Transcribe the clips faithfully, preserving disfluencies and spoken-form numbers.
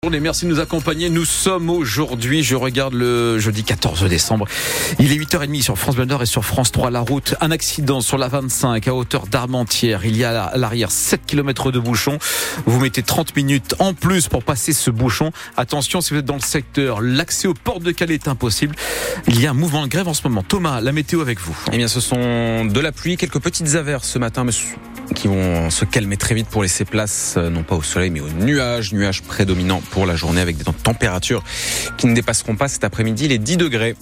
Merci de nous accompagner. Nous sommes aujourd'hui, je regarde le jeudi quatorze décembre. Il est huit heures trente sur France Bleu Nord et sur France trois. La route, un accident sur la vingt-cinq à hauteur d'Armentières. Il y a à l'arrière sept kilomètres de bouchon. Vous mettez trente minutes en plus pour passer ce bouchon. Attention, si vous êtes dans le secteur, l'accès aux portes de Calais est impossible. Il y a un mouvement de grève en ce moment. Thomas, la météo avec vous. Eh bien, ce sont de la pluie, quelques petites averses ce matin, mais qui vont se calmer très vite pour laisser place, non pas au soleil, mais aux nuages. Nuages prédominants pour la journée avec des températures qui ne dépasseront pas cet après-midi les dix degrés.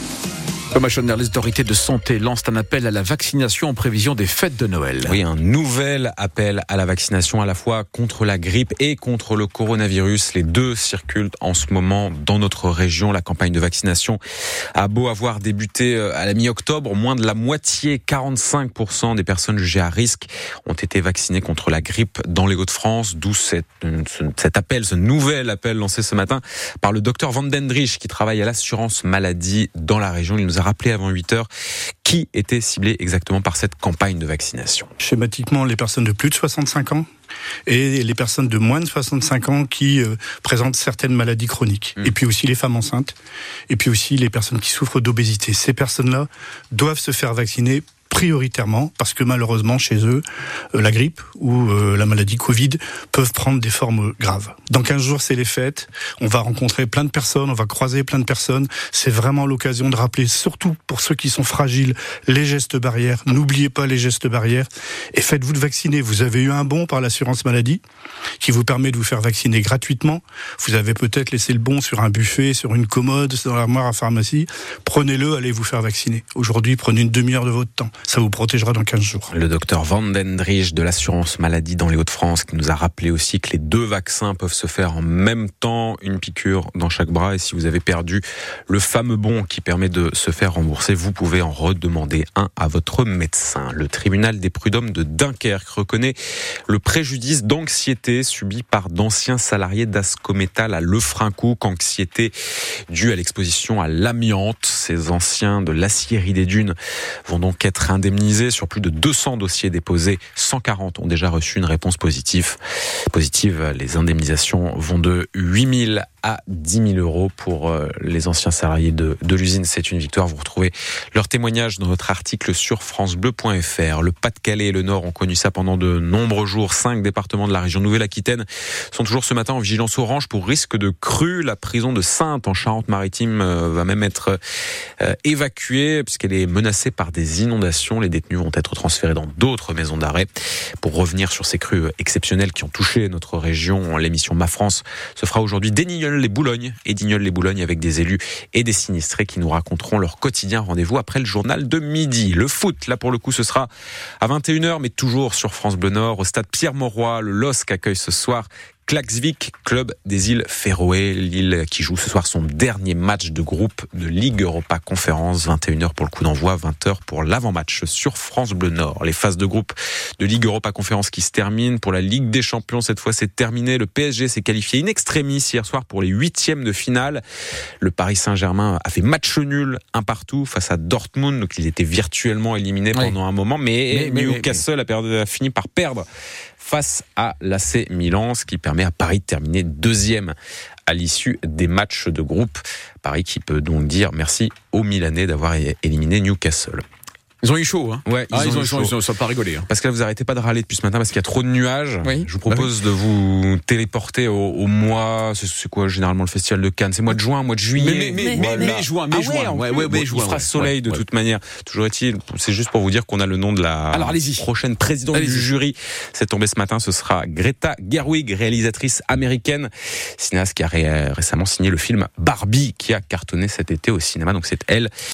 Thomas Schoner, les autorités de santé lancent un appel à la vaccination en prévision des fêtes de Noël. Oui, un nouvel appel à la vaccination à la fois contre la grippe et contre le coronavirus. Les deux circulent en ce moment dans notre région. La campagne de vaccination a beau avoir débuté à la mi-octobre, moins de la moitié, quarante-cinq pour cent des personnes jugées à risque ont été vaccinées contre la grippe dans les Hauts-de-France. D'où cet, cet appel, ce nouvel appel lancé ce matin par le docteur Van Dendrich qui travaille à l'assurance maladie dans la région. Il nous a rappelé avant huit heures qui était ciblé exactement par cette campagne de vaccination. Schématiquement, les personnes de plus de soixante-cinq ans et les personnes de moins de soixante-cinq ans qui euh, présentent certaines maladies chroniques. Mmh. Et puis aussi les femmes enceintes, et puis aussi les personnes qui souffrent d'obésité. Ces personnes-là doivent se faire vacciner prioritairement, parce que malheureusement, chez eux, euh, la grippe ou euh, la maladie Covid peuvent prendre des formes graves. Dans quinze jours, c'est les fêtes. On va rencontrer plein de personnes, on va croiser plein de personnes. C'est vraiment l'occasion de rappeler, surtout pour ceux qui sont fragiles, les gestes barrières. N'oubliez pas les gestes barrières et faites-vous de vacciner. Vous avez eu un bon par l'assurance maladie qui vous permet de vous faire vacciner gratuitement. Vous avez peut-être laissé le bon sur un buffet, sur une commode, dans l'armoire à pharmacie. Prenez-le, allez vous faire vacciner. Aujourd'hui, prenez une demi-heure de votre temps. Ça vous protégera dans quinze jours. Le docteur Van Dendrich de l'assurance maladie dans les Hauts-de-France qui nous a rappelé aussi que les deux vaccins peuvent se faire en même temps, une piqûre dans chaque bras. Et si vous avez perdu le fameux bon qui permet de se faire rembourser, vous pouvez en redemander un à votre médecin. Le tribunal des prud'hommes de Dunkerque reconnaît le préjudice d'anxiété subi par d'anciens salariés d'Ascométal à Lefrancouc, anxiété due à l'exposition à l'amiante. Ces anciens de l'Aciérie des Dunes vont donc être indemnisés sur plus de deux cents dossiers déposés. cent quarante ont déjà reçu une réponse positive. Positive, les indemnisations vont de huit mille à dix mille euros pour les anciens salariés de, de l'usine. C'est une victoire. Vous retrouvez leur témoignage dans notre article sur francebleu point fr. Le Pas-de-Calais et le Nord ont connu ça pendant de nombreux jours. Cinq départements de la région Nouvelle-Aquitaine sont toujours ce matin en vigilance orange pour risque de crue. La prison de Saintes en Charente-Maritime va même être évacuée puisqu'elle est menacée par des inondations. Les détenus vont être transférés dans d'autres maisons d'arrêt. Pour revenir sur ces crues exceptionnelles qui ont touché notre région, l'émission Ma France se fera aujourd'hui Digneul-les-Boulognes et Digneul-les-Boulognes avec des élus et des sinistrés qui nous raconteront leur quotidien. Rendez-vous après le journal de midi. Le foot, là pour le coup, ce sera à vingt et une heures, mais toujours sur France Bleu Nord, au stade Pierre-Mauroy. Le L O S C accueille ce soir Klaksvik, club des îles Féroé, l'île qui joue ce soir son dernier match de groupe de Ligue Europa Conférence, vingt et une heures pour le coup d'envoi, vingt heures pour l'avant-match sur France Bleu Nord. Les phases de groupe de Ligue Europa Conférence qui se terminent. Pour la Ligue des Champions, cette fois c'est terminé. Le P S G s'est qualifié in extremis hier soir pour les huitièmes de finale. Le Paris Saint-Germain a fait match nul, un partout face à Dortmund, donc ils étaient virtuellement éliminés oui. pendant un moment, mais, mais, mais Newcastle mais, mais. A, perdu, a fini par perdre face à l'A C Milan, ce qui permet à Paris de terminer deuxième à l'issue des matchs de groupe. Paris qui peut donc dire merci aux Milanais d'avoir éliminé Newcastle. Ils ont eu chaud, hein. Ouais, ils, ah, ont, ils, ont, eu chaud. ils ont, ils ont pas rigolé. Hein. Parce que là, vous arrêtez pas de râler depuis ce matin parce qu'il y a trop de nuages. Oui. Je vous propose bah oui. de vous téléporter au, au mois. C'est, c'est quoi généralement le festival de Cannes? C'est mois de juin, mois de juillet. Mais, mais, mais, voilà. mai, juin, mai, ah juin. Ouais, ouais, ouais, ouais, il fera ouais, soleil ouais, de ouais. toute manière. Toujours est-il, c'est juste pour vous dire qu'on a le nom de la Alors, allez-y. prochaine présidente allez-y. du jury. C'est tombé ce matin. Ce sera Greta Gerwig, réalisatrice américaine, cinéaste qui a ré- récemment signé le film Barbie, qui a cartonné cet été au cinéma. Donc c'est elle